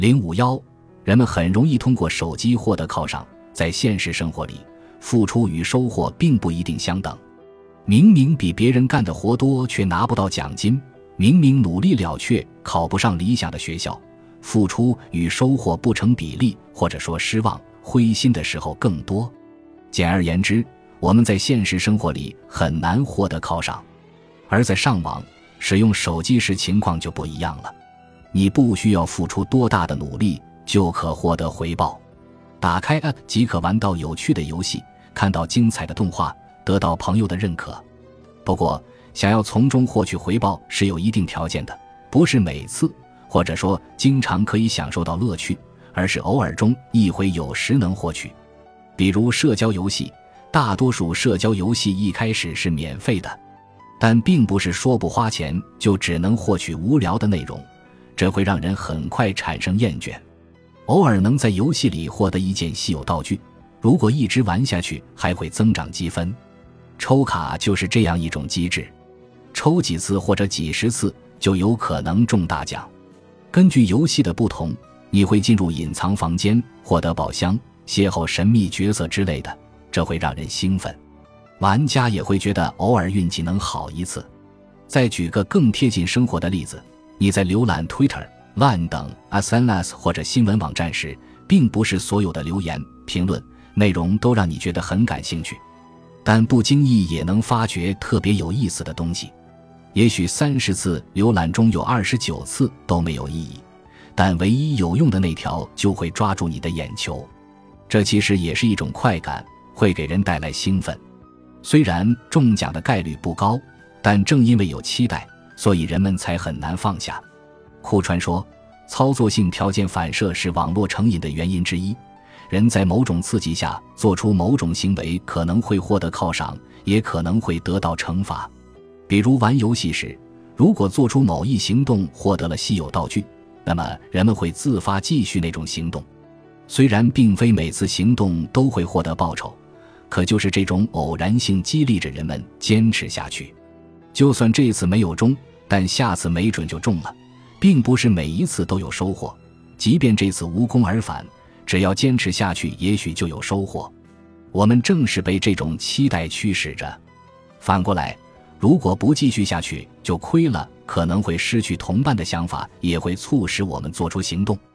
051，人们很容易通过手机获得犒赏，在现实生活里，付出与收获并不一定相等。明明比别人干的活多却拿不到奖金，明明努力了却考不上理想的学校，付出与收获不成比例，或者说失望、灰心的时候更多。简而言之，我们在现实生活里很难获得犒赏，而在上网使用手机时情况就不一样了。你不需要付出多大的努力就可获得回报，打开 App 即可玩到有趣的游戏，看到精彩的动画，得到朋友的认可。不过想要从中获取回报是有一定条件的，不是每次或者说经常可以享受到乐趣，而是偶尔中一回有时能获取。比如社交游戏，大多数社交游戏一开始是免费的，但并不是说不花钱就只能获取无聊的内容，这会让人很快产生厌倦。偶尔能在游戏里获得一件稀有道具，如果一直玩下去还会增长积分。抽卡就是这样一种机制，抽几次或者几十次就有可能中大奖。根据游戏的不同，你会进入隐藏房间，获得宝箱，邂逅神秘角色之类的，这会让人兴奋。玩家也会觉得偶尔运气能好一次。再举个更贴近生活的例子，你在浏览 Twitter、Line 等 SNS 或者新闻网站时，并不是所有的留言、评论、内容都让你觉得很感兴趣，但不经意也能发觉特别有意思的东西。也许30次浏览中有29次都没有意义，但唯一有用的那条就会抓住你的眼球。这其实也是一种快感，会给人带来兴奋。虽然中奖的概率不高，但正因为有期待，所以人们才很难放下。库川说，操作性条件反射是网络成瘾的原因之一，人在某种刺激下做出某种行为可能会获得犒赏，也可能会得到惩罚。比如玩游戏时，如果做出某一行动获得了稀有道具，那么人们会自发继续那种行动。虽然并非每次行动都会获得报酬，可就是这种偶然性激励着人们坚持下去。就算这次没有中，但下次没准就中了，并不是每一次都有收获，即便这次无功而返，只要坚持下去也许就有收获。我们正是被这种期待驱使着。反过来，如果不继续下去就亏了，可能会失去同伴的想法也会促使我们做出行动。